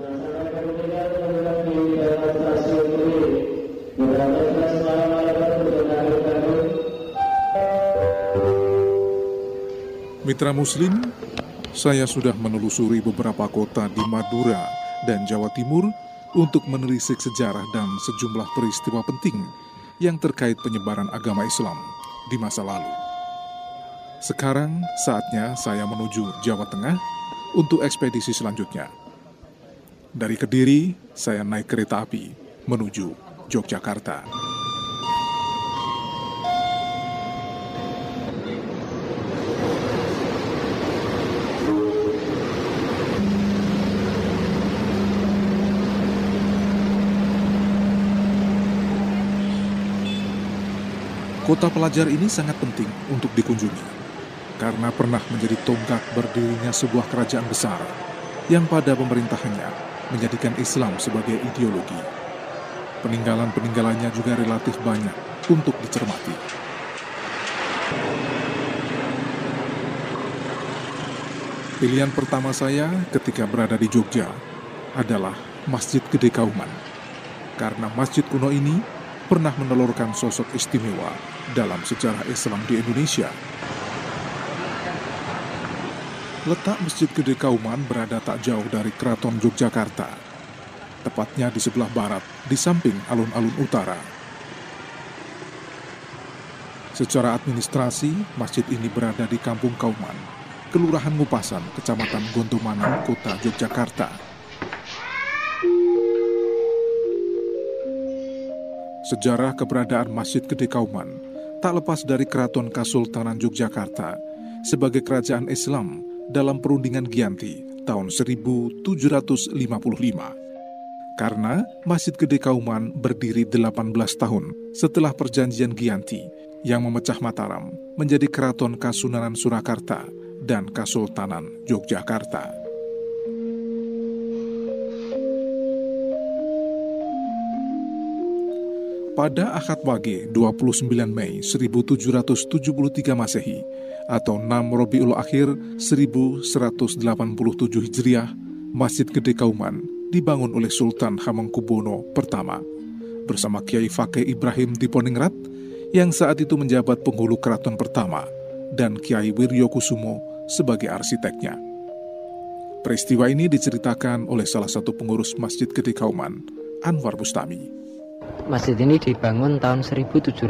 Mitra Muslim, saya sudah menelusuri beberapa kota di Madura dan Jawa Timur untuk menelisik sejarah dan sejumlah peristiwa penting yang terkait penyebaran agama Islam di masa lalu. Sekarang saatnya saya menuju Jawa Tengah untuk ekspedisi selanjutnya. Dari Kediri, saya naik kereta api menuju Yogyakarta. Kota pelajar ini sangat penting untuk dikunjungi, karena pernah menjadi tonggak berdirinya sebuah kerajaan besar yang pada pemerintahannya menjadikan Islam sebagai ideologi. Peninggalan-peninggalannya juga relatif banyak untuk dicermati. Pilihan pertama saya ketika berada di Jogja adalah Masjid Gede Kauman, karena masjid kuno ini pernah menelurkan sosok istimewa dalam sejarah Islam di Indonesia. Letak Masjid Gede Kauman berada tak jauh dari Keraton Yogyakarta, tepatnya di sebelah barat, di samping alun-alun utara. Secara administrasi, masjid ini berada di Kampung Kauman, Kelurahan Ngupasan, Kecamatan Gondomanan, Kota Yogyakarta. Sejarah keberadaan Masjid Gede Kauman tak lepas dari Keraton Kasultanan Yogyakarta sebagai kerajaan Islam dalam perundingan Giyanti tahun 1755. Karena Masjid Gede Kauman berdiri 18 tahun setelah perjanjian Giyanti yang memecah Mataram menjadi Keraton Kasunanan Surakarta dan Kasultanan Yogyakarta. Pada Ahad Wage 29 Mei 1773 Masehi atau 6 Rabiul Akhir 1187 Hijriah, Masjid Gede Kauman dibangun oleh Sultan Hamengkubuwono I bersama Kiai Fakih Ibrahim Diponingrat yang saat itu menjabat penghulu keraton pertama dan Kiai Wiryokusumo sebagai arsiteknya. Peristiwa ini diceritakan oleh salah satu pengurus Masjid Gede Kauman, Anwar Bustami. Masjid ini dibangun tahun 1773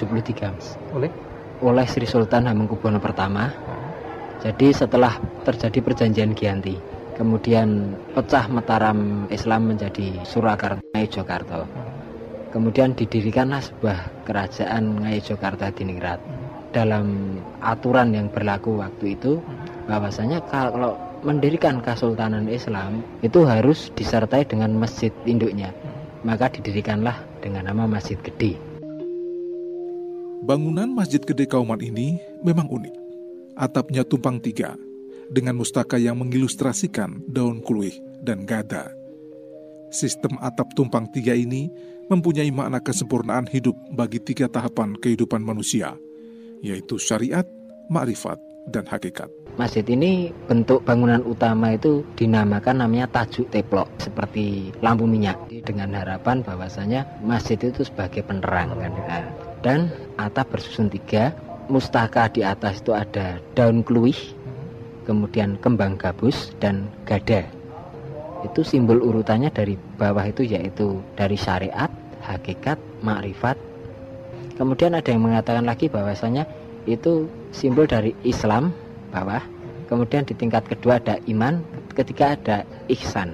oleh Sri Sultan Hamengkubuwono I. Jadi setelah terjadi perjanjian Giyanti, kemudian pecah Mataram Islam menjadi Surakarta Ngayogyakarta. Kemudian didirikanlah sebuah kerajaan Ngayogyakarta Diningrat. Dalam aturan yang berlaku waktu itu, bahwasanya kalau mendirikan Kesultanan Islam itu harus disertai dengan masjid induknya. Maka didirikanlah dengan nama Masjid Gede. Bangunan Masjid Gede Kauman ini memang unik. Atapnya tumpang tiga, dengan mustaka yang mengilustrasikan daun kluih dan gada. Sistem atap tumpang tiga ini mempunyai makna kesempurnaan hidup bagi 3 tahapan kehidupan manusia, yaitu syariat, makrifat, dan hakikat. Masjid ini bentuk bangunan utama itu dinamakan namanya tajuk teplok, seperti lampu minyak, dengan harapan bahwasanya masjid itu sebagai penerang kan. Dan atap bersusun 3, mustaka di atas itu ada daun kluih, kemudian kembang gabus dan gada. Itu simbol urutannya dari bawah itu yaitu dari syariat, hakikat, makrifat. Kemudian ada yang mengatakan lagi bahwasanya itu simbol dari Islam bawah, kemudian di tingkat kedua ada iman, ketiga ada ihsan.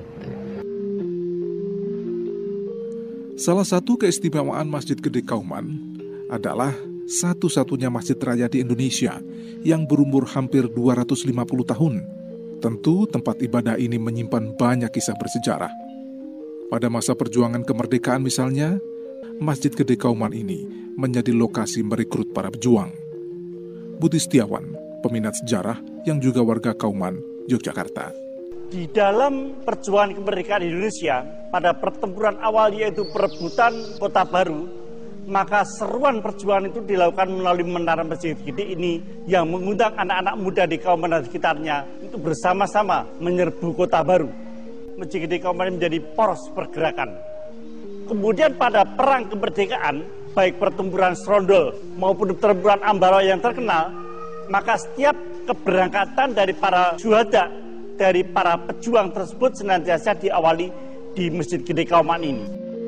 Salah satu keistimewaan Masjid Gede Kauman adalah satu-satunya masjid raya di Indonesia yang berumur hampir 250 tahun. Tentu tempat ibadah ini menyimpan banyak kisah bersejarah. Pada masa perjuangan kemerdekaan misalnya, Masjid Gede Kauman ini menjadi lokasi merekrut para pejuang. Budi Setiawan, peminat sejarah yang juga warga Kauman, Yogyakarta. Di dalam perjuangan kemerdekaan Indonesia, pada pertempuran awal yaitu perebutan Kota Baru, maka seruan perjuangan itu dilakukan melalui Menara Masjid Gede ini yang mengundang anak-anak muda di Kauman dan sekitarnya untuk bersama-sama menyerbu Kota Baru. Masjid Gede Kauman menjadi poros pergerakan. Kemudian pada perang kemerdekaan, baik pertempuran Serondol maupun pertempuran Ambarawa yang terkenal, maka setiap keberangkatan dari para syuhada, dari para pejuang tersebut senantiasa diawali di Masjid Gede Kauman ini.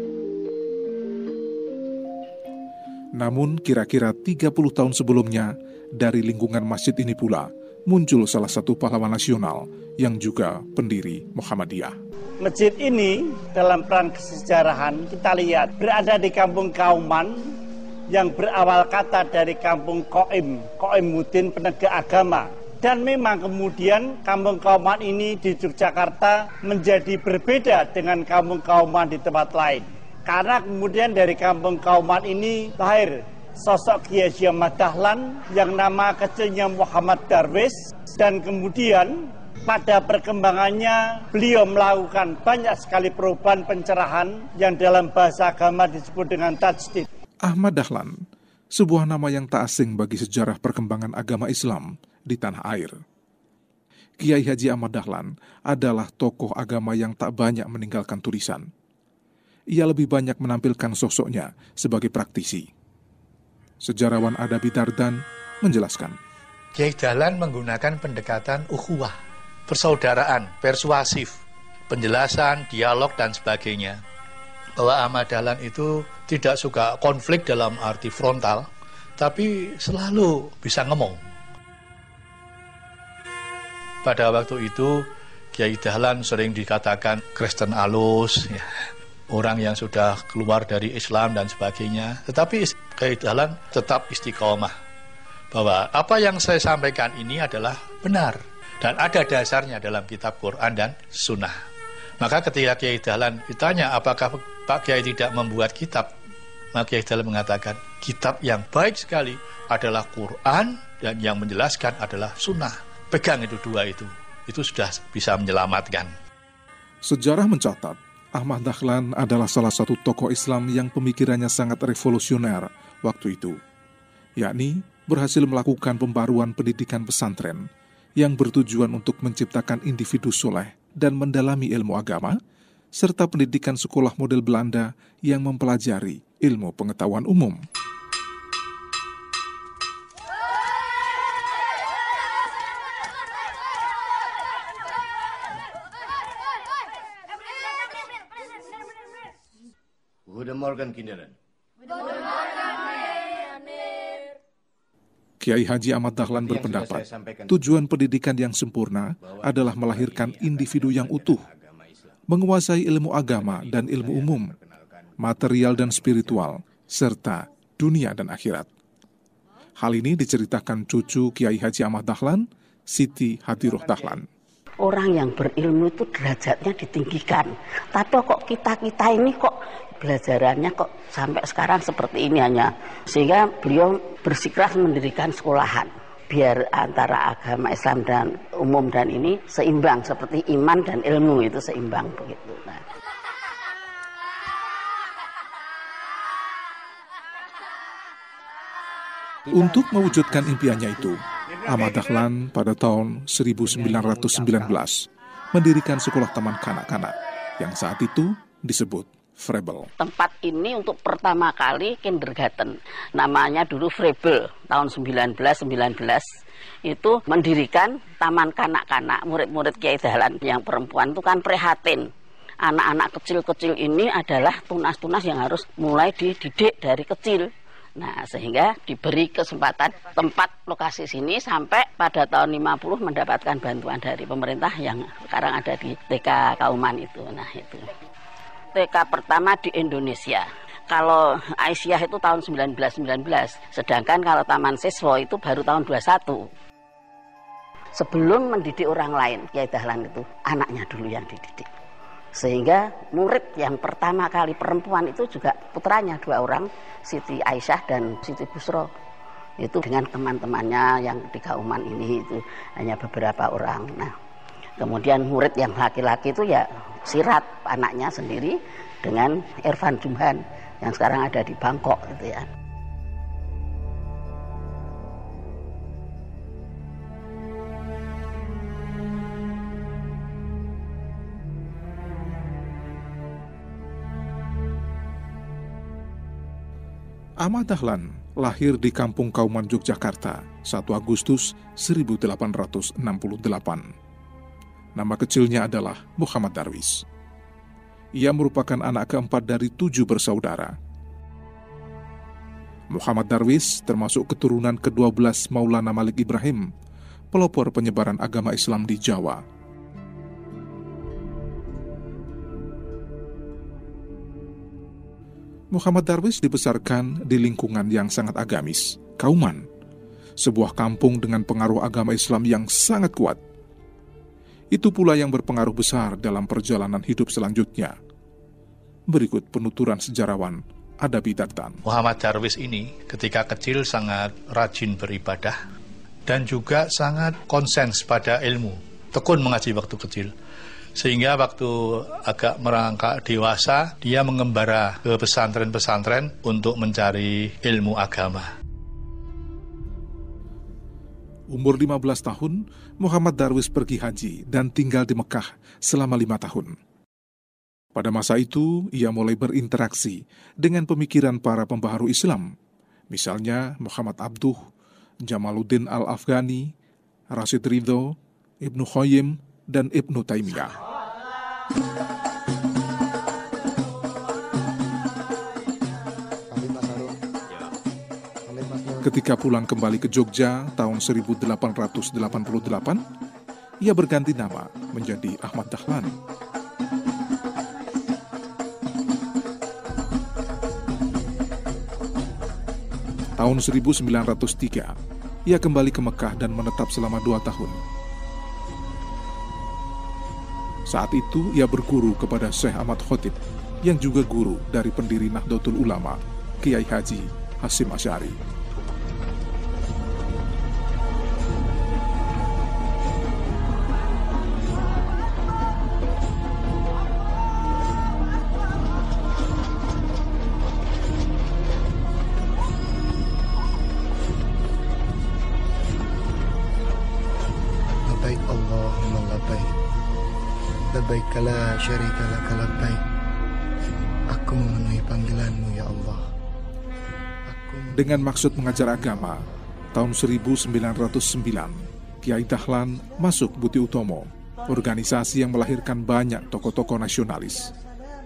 Namun kira-kira 30 tahun sebelumnya, dari lingkungan masjid ini pula muncul salah satu pahlawan nasional yang juga pendiri Muhammadiyah. Masjid ini dalam peran kesejarahan kita lihat berada di kampung Kauman yang berawal kata dari kampung Koimuddin penegak agama. Dan memang kemudian kampung Kauman ini di Yogyakarta menjadi berbeda dengan kampung Kauman di tempat lain. Karena kemudian dari kampung Kauman ini lahir sosok Kiai Haji Ahmad Dahlan yang nama kecilnya Muhammad Darwis, dan kemudian pada perkembangannya beliau melakukan banyak sekali perubahan pencerahan yang dalam bahasa agama disebut dengan tajdid. Ahmad Dahlan, sebuah nama yang tak asing bagi sejarah perkembangan agama Islam di tanah air. Kiai Haji Ahmad Dahlan adalah tokoh agama yang tak banyak meninggalkan tulisan. Ia lebih banyak menampilkan sosoknya sebagai praktisi. Sejarawan Adabi Dardan menjelaskan, Kiai Dahlan menggunakan pendekatan ukhuwah, persaudaraan, persuasif, penjelasan, dialog, dan sebagainya. Bahwa Ahmad Dahlan itu tidak suka konflik dalam arti frontal, tapi selalu bisa ngomong. Pada waktu itu, Kiai Dahlan sering dikatakan Kristen alus, ya, orang yang sudah keluar dari Islam dan sebagainya. Tetapi Kiai Dahlan tetap istiqomah bahwa apa yang saya sampaikan ini adalah benar dan ada dasarnya dalam kitab Quran dan Sunnah. Maka ketika Kiai Dahlan ditanya apakah Pak Kiai tidak membuat kitab, maka Kiai Dahlan mengatakan kitab yang baik sekali adalah Quran dan yang menjelaskan adalah Sunnah. Pegang itu dua itu sudah bisa menyelamatkan. Sejarah mencatat Ahmad Dahlan adalah salah satu tokoh Islam yang pemikirannya sangat revolusioner waktu itu, yakni berhasil melakukan pembaruan pendidikan pesantren yang bertujuan untuk menciptakan individu soleh dan mendalami ilmu agama, serta pendidikan sekolah model Belanda yang mempelajari ilmu pengetahuan umum. Guten Morgen, Kinderen. Kiai Haji Ahmad Dahlan berpendapat, tujuan pendidikan yang sempurna adalah melahirkan individu yang utuh, menguasai ilmu agama dan ilmu umum, material dan spiritual, serta dunia dan akhirat. Hal ini diceritakan cucu Kiai Haji Ahmad Dahlan, Siti Hadiroh Dahlan. Orang yang berilmu itu derajatnya ditinggikan. Tapi kok kita ini kok belajarannya kok sampai sekarang seperti ini hanya. Sehingga beliau bersikeras mendirikan sekolahan. Biar antara agama Islam dan umum dan ini seimbang. Seperti iman dan ilmu itu seimbang begitu. Nah. Untuk mewujudkan impiannya itu, Ahmad Dahlan pada tahun 1919 mendirikan sekolah taman kanak-kanak yang saat itu disebut Frebel. Tempat ini untuk pertama kali kindergarten, namanya dulu Frebel, tahun 1919 itu mendirikan taman kanak-kanak. Murid-murid Kiai Dahlan yang perempuan itu kan prihatin. Anak-anak kecil-kecil ini adalah tunas-tunas yang harus mulai dididik dari kecil. Nah, sehingga diberi kesempatan tempat lokasi sini sampai pada tahun 50 mendapatkan bantuan dari pemerintah yang sekarang ada di TK Kauman itu. Nah, itu. TK pertama di Indonesia. Kalau Aisyah itu tahun 1919, sedangkan kalau Taman Siswa itu baru tahun 21. Sebelum mendidik orang lain, Kiai Dahlan itu anaknya dulu yang dididik. Sehingga murid yang pertama kali perempuan itu juga putranya 2 orang, Siti Aisyah dan Siti Busro. Itu dengan teman-temannya yang di Kauman ini itu hanya beberapa orang. Nah, kemudian murid yang laki-laki itu ya Sirat, anaknya sendiri, dengan Irfan Jumhan yang sekarang ada di Bangkok gitu ya. Ahmad Dahlan lahir di Kampung Kauman, Yogyakarta, 1 Agustus 1868. Nama kecilnya adalah Muhammad Darwis. Ia merupakan anak keempat dari 7 bersaudara. Muhammad Darwis termasuk keturunan ke-12 Maulana Malik Ibrahim, pelopor penyebaran agama Islam di Jawa. Muhammad Darwis dibesarkan di lingkungan yang sangat agamis, Kauman, sebuah kampung dengan pengaruh agama Islam yang sangat kuat. Itu pula yang berpengaruh besar dalam perjalanan hidup selanjutnya. Berikut penuturan sejarawan Adabi Dartan. Muhammad Darwis ini ketika kecil sangat rajin beribadah dan juga sangat konsens pada ilmu, tekun mengaji waktu kecil. Sehingga waktu agak merangkak dewasa, dia mengembara ke pesantren-pesantren untuk mencari ilmu agama. Umur 15 tahun, Muhammad Darwis pergi haji dan tinggal di Mekah selama 5 tahun. Pada masa itu, ia mulai berinteraksi dengan pemikiran para pembaharu Islam, misalnya Muhammad Abduh, Jamaluddin Al-Afghani, Rashid Ridho, Ibnu Qayyim, dan Ibnu Taimiyah. Ketika pulang kembali ke Jogja tahun 1888, ia berganti nama menjadi Ahmad Dahlan. Tahun 1903, ia kembali ke Mekah dan menetap selama 2 tahun. Saat itu ia berguru kepada Syekh Ahmad Khotib, yang juga guru dari pendiri Nahdlatul Ulama, Kiai Haji Hasyim Asy'ari. Labbaik Allahumma labbaik. Labbaik la syarika laka labbaik. Aku memenuhi panggilanmu ya Allah. Dengan maksud mengajar agama, tahun 1909, Kiai Dahlan masuk Buti Utomo, organisasi yang melahirkan banyak tokoh-tokoh nasionalis.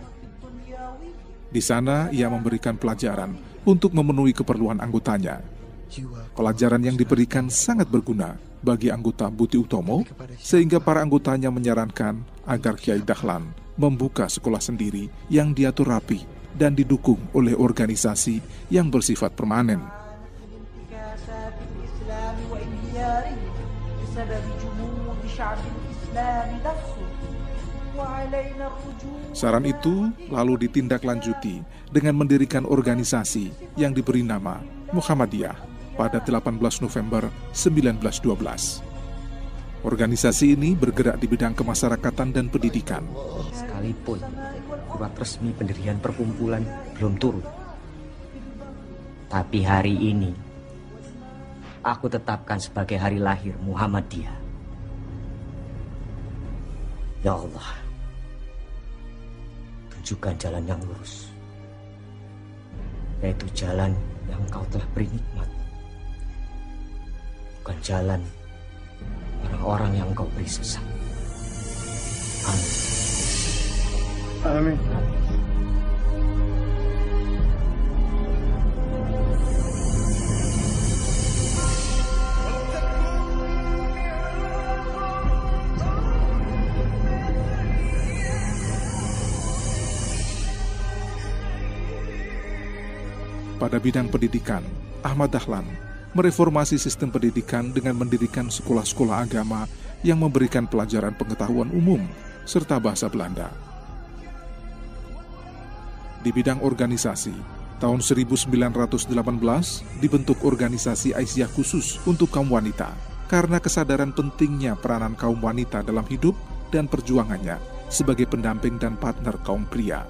Di sana ia memberikan pelajaran untuk memenuhi keperluan anggotanya. Pelajaran yang diberikan sangat berguna bagi anggota Buti Utomo, sehingga para anggotanya menyarankan agar Kiai Dahlan membuka sekolah sendiri yang diatur rapi dan didukung oleh organisasi yang bersifat permanen. Saran itu lalu ditindaklanjuti dengan mendirikan organisasi yang diberi nama Muhammadiyah pada 18 November 1912. Organisasi ini bergerak di bidang kemasyarakatan dan pendidikan. Sekalipun surat resmi pendirian perkumpulan belum turun, tapi hari ini aku tetapkan sebagai hari lahir Muhammadiyah. Ya Allah, tunjukkan jalan yang lurus, yaitu jalan yang Engkau telah beri nikmat, bukan jalan orang-orang yang Engkau beri sesat. Amin. Amin. Pada bidang pendidikan, Ahmad Dahlan mereformasi sistem pendidikan dengan mendirikan sekolah-sekolah agama yang memberikan pelajaran pengetahuan umum serta bahasa Belanda. Di bidang organisasi, tahun 1918 dibentuk organisasi Aisyah khusus untuk kaum wanita karena kesadaran pentingnya peranan kaum wanita dalam hidup dan perjuangannya sebagai pendamping dan partner kaum pria.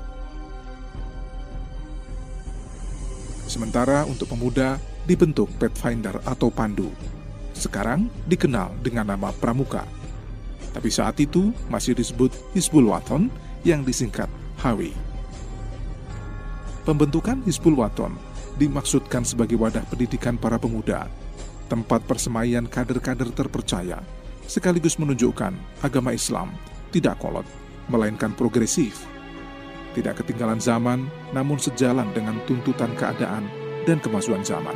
Sementara untuk pemuda dibentuk Pathfinder atau Pandu. Sekarang dikenal dengan nama Pramuka. Tapi saat itu masih disebut Hizbul Wathan yang disingkat HW. Pembentukan Hizbul Wathan dimaksudkan sebagai wadah pendidikan para pemuda, tempat persemaian kader-kader terpercaya, sekaligus menunjukkan agama Islam tidak kolot, melainkan progresif. Tidak ketinggalan zaman, namun sejalan dengan tuntutan keadaan dan kemajuan zaman.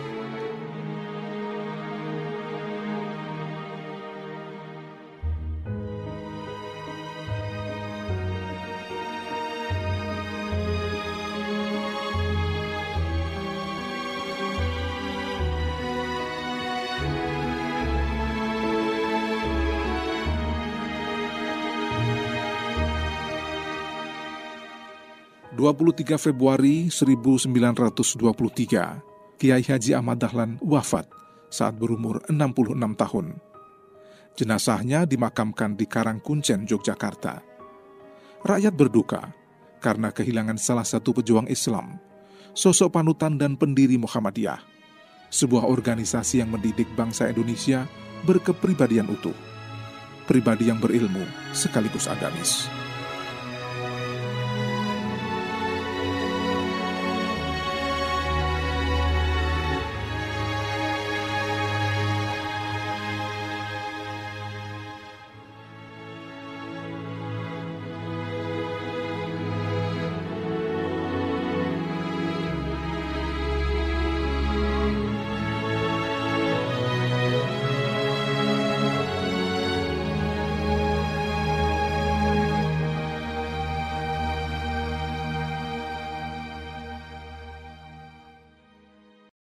(23 Februari 1923), Kiai Haji Ahmad Dahlan wafat saat berumur 66 tahun. Jenazahnya dimakamkan di Karangkuncen, Yogyakarta. Rakyat berduka karena kehilangan salah satu pejuang Islam, sosok panutan dan pendiri Muhammadiyah, sebuah organisasi yang mendidik bangsa Indonesia berkepribadian utuh, pribadi yang berilmu sekaligus agamis.